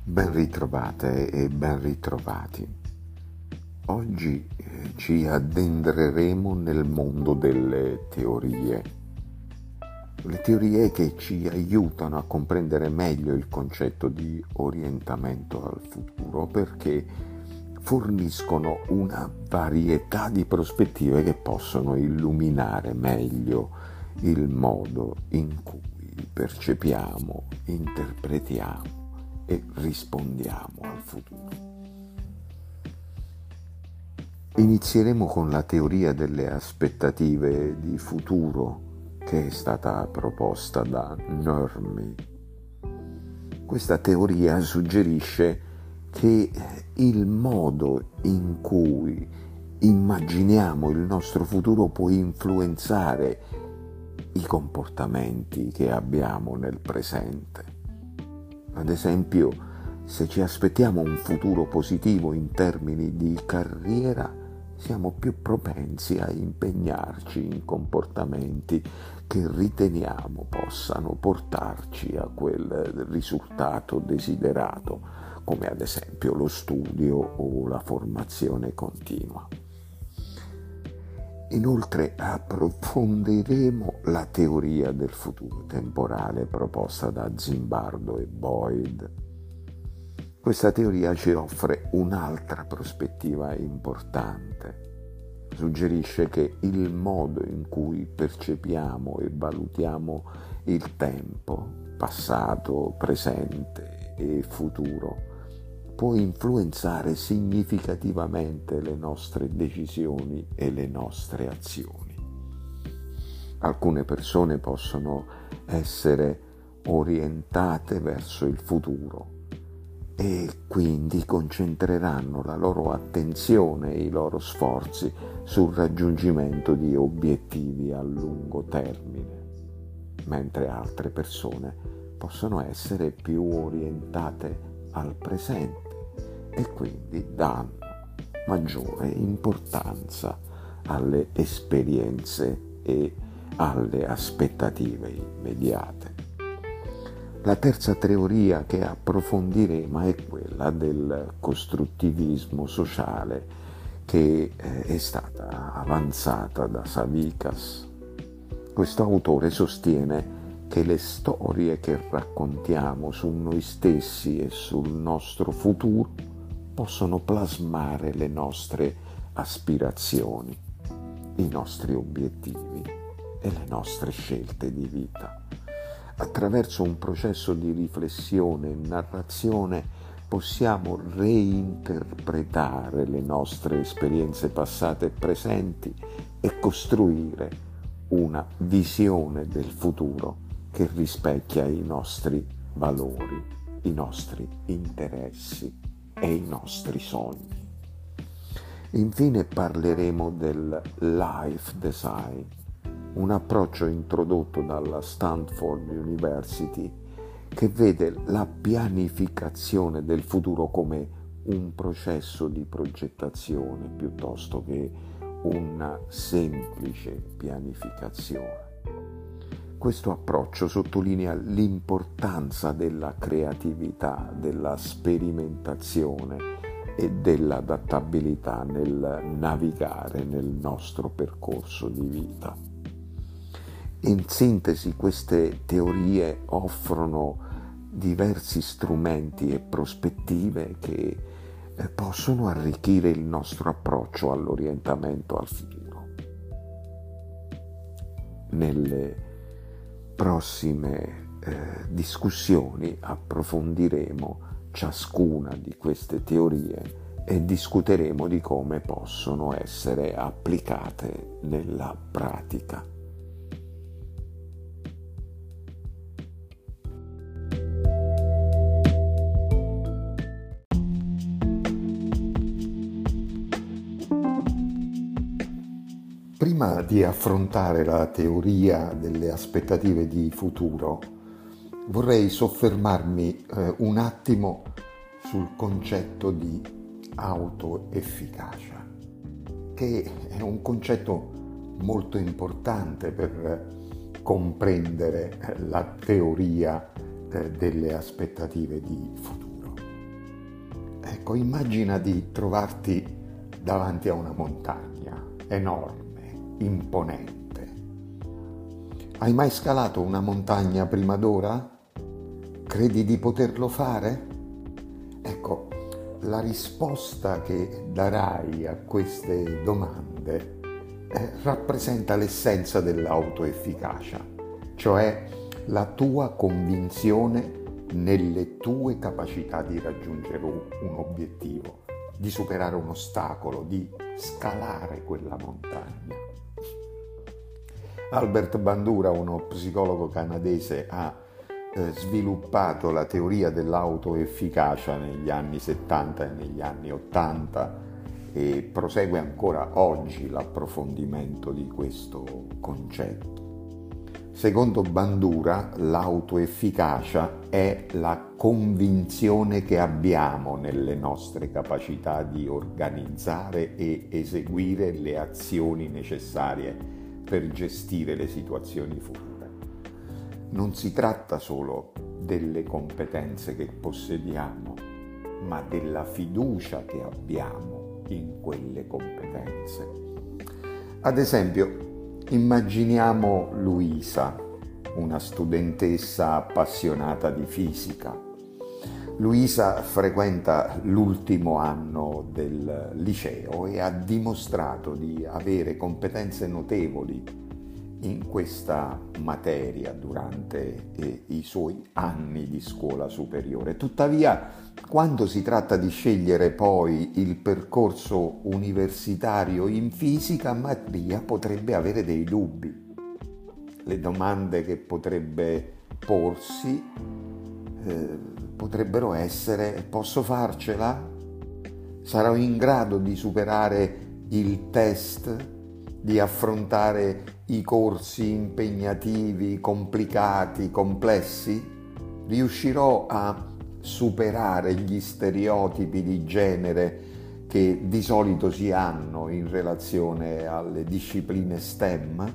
Ben ritrovate e ben ritrovati. Oggi ci addentreremo nel mondo delle teorie. Le teorie che ci aiutano a comprendere meglio il concetto di orientamento al futuro perché forniscono una varietà di prospettive che possono illuminare meglio il modo in cui percepiamo, interpretiamo e rispondiamo al futuro. Inizieremo con la teoria delle aspettative di futuro che è stata proposta da Nurmi. Questa teoria suggerisce che il modo in cui immaginiamo il nostro futuro può influenzare i comportamenti che abbiamo nel presente. Ad esempio, se ci aspettiamo un futuro positivo in termini di carriera, siamo più propensi a impegnarci in comportamenti che riteniamo possano portarci a quel risultato desiderato, come ad esempio lo studio o la formazione continua. Inoltre approfondiremo la teoria del futuro temporale proposta da Zimbardo e Boyd. Questa teoria ci offre un'altra prospettiva importante. Suggerisce che il modo in cui percepiamo e valutiamo il tempo, passato, presente e futuro, può influenzare significativamente le nostre decisioni e le nostre azioni. Alcune persone possono essere orientate verso il futuro e quindi concentreranno la loro attenzione e i loro sforzi sul raggiungimento di obiettivi a lungo termine, mentre altre persone possono essere più orientate al presente e quindi danno maggiore importanza alle esperienze e alle aspettative immediate. La terza teoria che approfondiremo è quella del costruttivismo sociale che è stata avanzata da Savikas. Questo autore sostiene che le storie che raccontiamo su noi stessi e sul nostro futuro possono plasmare le nostre aspirazioni, i nostri obiettivi e le nostre scelte di vita. Attraverso un processo di riflessione e narrazione possiamo reinterpretare le nostre esperienze passate e presenti e costruire una visione del futuro che rispecchia i nostri valori, i nostri interessi e i nostri sogni. Infine parleremo del life design, un approccio introdotto dalla Stanford University che vede la pianificazione del futuro come un processo di progettazione piuttosto che una semplice pianificazione. Questo approccio sottolinea l'importanza della creatività, della sperimentazione e dell'adattabilità nel navigare nel nostro percorso di vita. In sintesi, queste teorie offrono diversi strumenti e prospettive che possono arricchire il nostro approccio all'orientamento al futuro. Nelle prossime discussioni approfondiremo ciascuna di queste teorie e discuteremo di come possono essere applicate nella pratica. Prima di affrontare la teoria delle aspettative di futuro, vorrei soffermarmi un attimo sul concetto di autoefficacia, che è un concetto molto importante per comprendere la teoria delle aspettative di futuro. Ecco, immagina di trovarti davanti a una montagna enorme, imponente. Hai mai scalato una montagna prima d'ora? Credi di poterlo fare? Ecco, la risposta che darai a queste domande rappresenta l'essenza dell'autoefficacia, cioè la tua convinzione nelle tue capacità di raggiungere un obiettivo, di superare un ostacolo, di scalare quella montagna. Albert Bandura, uno psicologo canadese, ha sviluppato la teoria dell'autoefficacia negli anni 70 e negli anni 80 e prosegue ancora oggi l'approfondimento di questo concetto. Secondo Bandura, l'autoefficacia è la convinzione che abbiamo nelle nostre capacità di organizzare e eseguire le azioni necessarie per gestire le situazioni future. Non si tratta solo delle competenze che possediamo, ma della fiducia che abbiamo in quelle competenze. Ad esempio, immaginiamo Luisa, una studentessa appassionata di fisica. Luisa frequenta l'ultimo anno del liceo e ha dimostrato di avere competenze notevoli in questa materia durante i suoi anni di scuola superiore. Tuttavia, quando si tratta di scegliere poi il percorso universitario in fisica, Maria potrebbe avere dei dubbi. Le domande che potrebbe porsi potrebbero essere: posso farcela? Sarò in grado di superare il test, di affrontare i corsi impegnativi, complicati, complessi? Riuscirò a superare gli stereotipi di genere che di solito si hanno in relazione alle discipline STEM?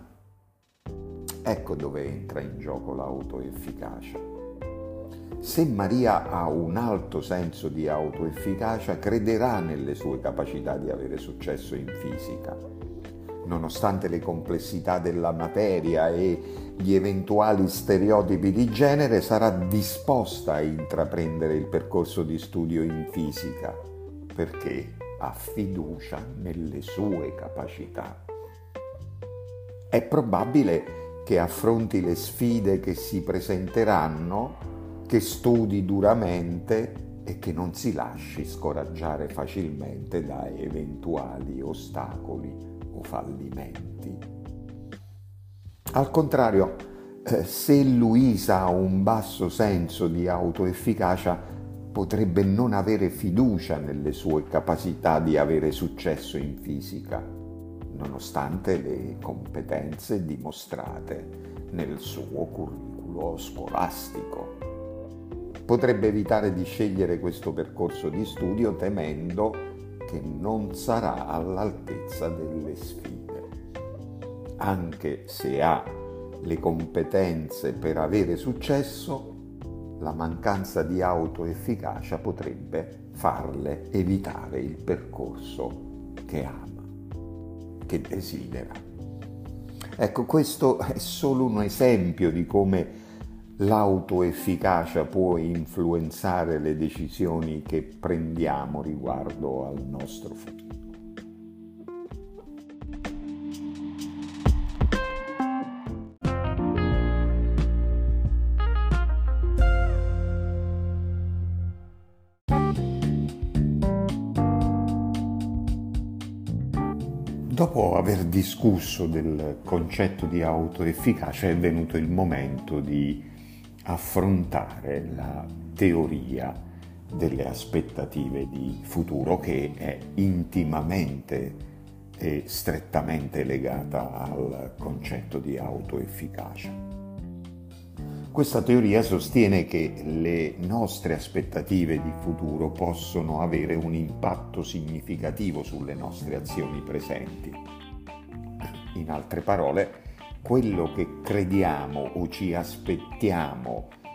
Ecco dove entra in gioco l'autoefficacia. Se Maria ha un alto senso di autoefficacia, crederà nelle sue capacità di avere successo in fisica. Nonostante le complessità della materia e gli eventuali stereotipi di genere, sarà disposta a intraprendere il percorso di studio in fisica perché ha fiducia nelle sue capacità. È probabile che affronti le sfide che si presenteranno, che studi duramente e che non si lasci scoraggiare facilmente da eventuali ostacoli o fallimenti. Al contrario, se Luisa ha un basso senso di autoefficacia, potrebbe non avere fiducia nelle sue capacità di avere successo in fisica, nonostante le competenze dimostrate nel suo curriculum scolastico. Potrebbe evitare di scegliere questo percorso di studio temendo che non sarà all'altezza delle sfide. Anche se ha le competenze per avere successo, la mancanza di autoefficacia potrebbe farle evitare il percorso che ama, che desidera. Ecco, questo è solo un esempio di come l'autoefficacia può influenzare le decisioni che prendiamo riguardo al nostro futuro. Dopo aver discusso del concetto di autoefficacia, è venuto il momento di affrontare la teoria delle aspettative di futuro, che è intimamente e strettamente legata al concetto di autoefficacia. Questa teoria sostiene che le nostre aspettative di futuro possono avere un impatto significativo sulle nostre azioni presenti. In altre parole, quello che crediamo o ci aspettiamo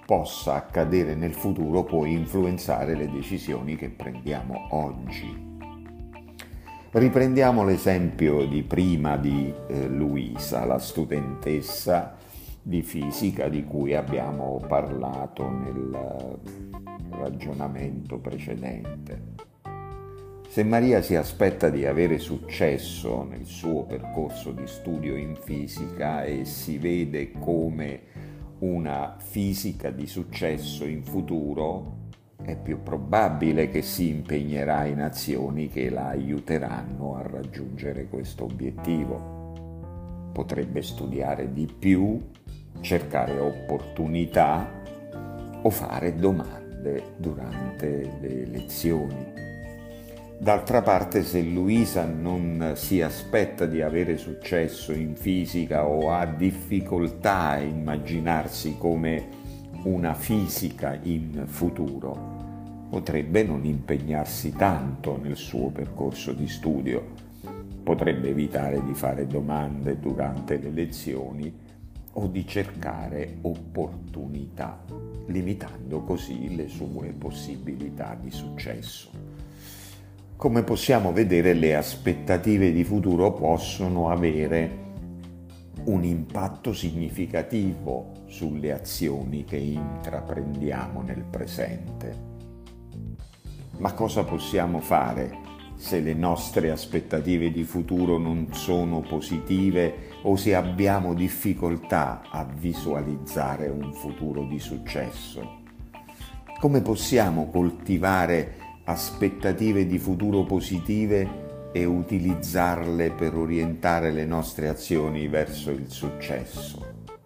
possa accadere nel futuro può influenzare le decisioni che prendiamo oggi. Riprendiamo l'esempio di prima di Luisa, la studentessa di fisica di cui abbiamo parlato nel ragionamento precedente. Se Maria si aspetta di avere successo nel suo percorso di studio in fisica e si vede come una fisica di successo in futuro, è più probabile che si impegnerà in azioni che la aiuteranno a raggiungere questo obiettivo. Potrebbe studiare di più, cercare opportunità o fare domande durante le lezioni. D'altra parte, se Luisa non si aspetta di avere successo in fisica o ha difficoltà a immaginarsi come una fisica in futuro, potrebbe non impegnarsi tanto nel suo percorso di studio, potrebbe evitare di fare domande durante le lezioni o di cercare opportunità, limitando così le sue possibilità di successo. Come possiamo vedere, le aspettative di futuro possono avere un impatto significativo sulle azioni che intraprendiamo nel presente. Ma cosa possiamo fare se le nostre aspettative di futuro non sono positive o se abbiamo difficoltà a visualizzare un futuro di successo? Come possiamo coltivare aspettative di futuro positive e utilizzarle per orientare le nostre azioni verso il successo?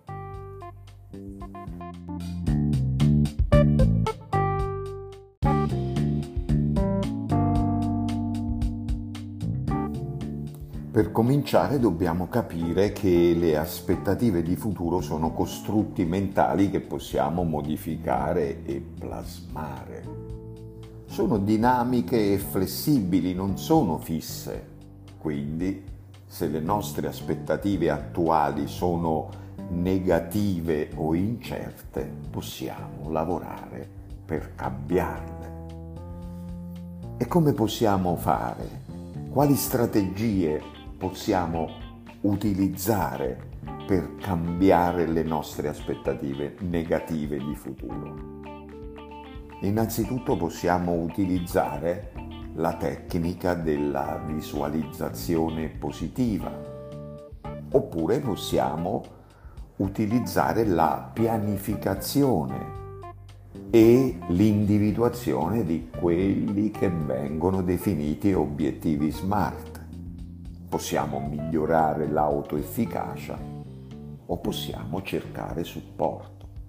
Per cominciare dobbiamo capire che le aspettative di futuro sono costrutti mentali che possiamo modificare e plasmare. Sono dinamiche e flessibili, non sono fisse. Quindi, se le nostre aspettative attuali sono negative o incerte, possiamo lavorare per cambiarle. E come possiamo fare? Quali strategie possiamo utilizzare per cambiare le nostre aspettative negative di futuro? Innanzitutto possiamo utilizzare la tecnica della visualizzazione positiva, oppure possiamo utilizzare la pianificazione e l'individuazione di quelli che vengono definiti obiettivi SMART. Possiamo migliorare l'autoefficacia o possiamo cercare supporto.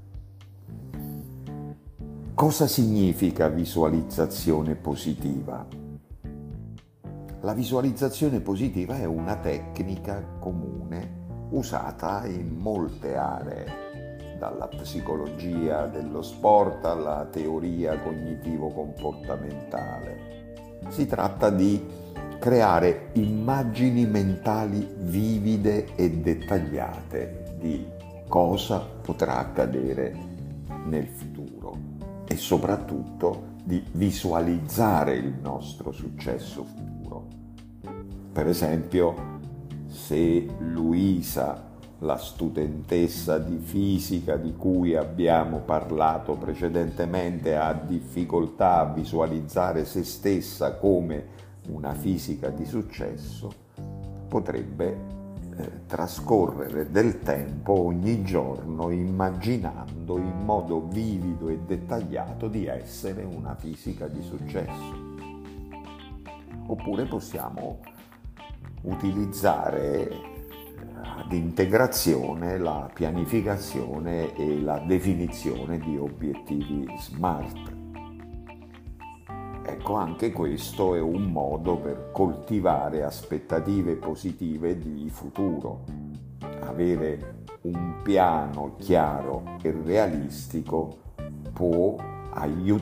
Cosa significa visualizzazione positiva? La visualizzazione positiva è una tecnica comune usata in molte aree, dalla psicologia dello sport alla teoria cognitivo-comportamentale. Si tratta di creare immagini mentali vivide e dettagliate di cosa potrà accadere nel futuro e soprattutto di visualizzare il nostro successo futuro. Per esempio, se Luisa, la studentessa di fisica di cui abbiamo parlato precedentemente, ha difficoltà a visualizzare se stessa come una fisica di successo, potrebbe trascorrere del tempo ogni giorno immaginando in modo vivido e dettagliato di essere una fisica di successo. Oppure possiamo utilizzare ad integrazione la pianificazione e la definizione di obiettivi SMART. Ecco, anche questo è un modo per coltivare aspettative positive di futuro. Avere un piano chiaro e realistico può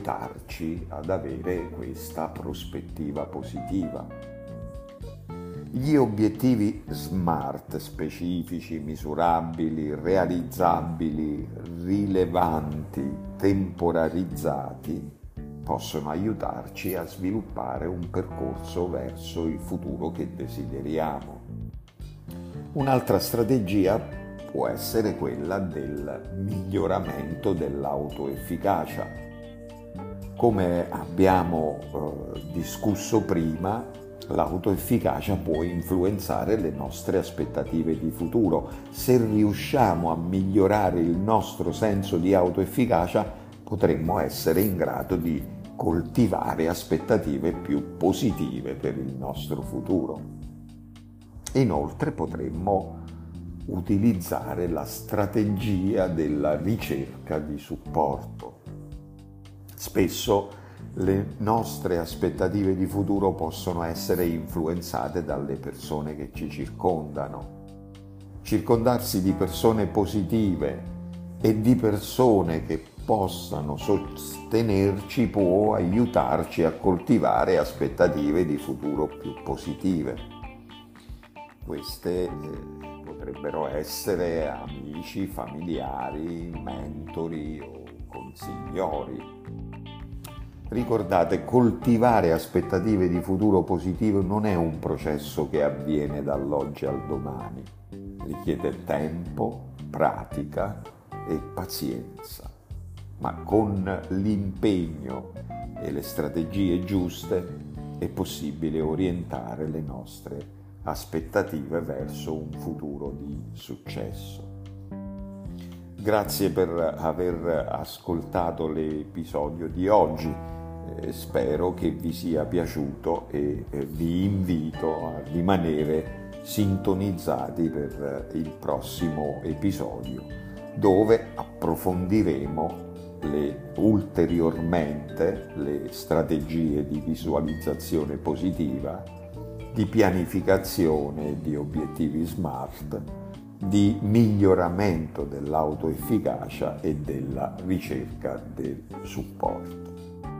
aiutarci ad avere questa prospettiva positiva. Gli obiettivi SMART, specifici, misurabili, realizzabili, rilevanti, temporalizzati, possono aiutarci a sviluppare un percorso verso il futuro che desideriamo. Un'altra strategia può essere quella del miglioramento dell'autoefficacia. Come abbiamo discusso prima, l'autoefficacia può influenzare le nostre aspettative di futuro. Se riusciamo a migliorare il nostro senso di autoefficacia, potremmo essere in grado di coltivare aspettative più positive per il nostro futuro. Inoltre potremmo utilizzare la strategia della ricerca di supporto. Spesso le nostre aspettative di futuro possono essere influenzate dalle persone che ci circondano. Circondarsi di persone positive e di persone che possano sostenerci può aiutarci a coltivare aspettative di futuro più positive. Queste potrebbero essere amici, familiari, mentori o consigliori. Ricordate, coltivare aspettative di futuro positivo non è un processo che avviene dall'oggi al domani. Richiede tempo, pratica e pazienza. Ma con l'impegno e le strategie giuste è possibile orientare le nostre aspettative verso un futuro di successo. Grazie per aver ascoltato l'episodio di oggi. Spero che vi sia piaciuto e vi invito a rimanere sintonizzati per il prossimo episodio, dove approfondiremo ulteriormente le strategie di visualizzazione positiva, di pianificazione di obiettivi SMART, di miglioramento dell'autoefficacia e della ricerca del supporto.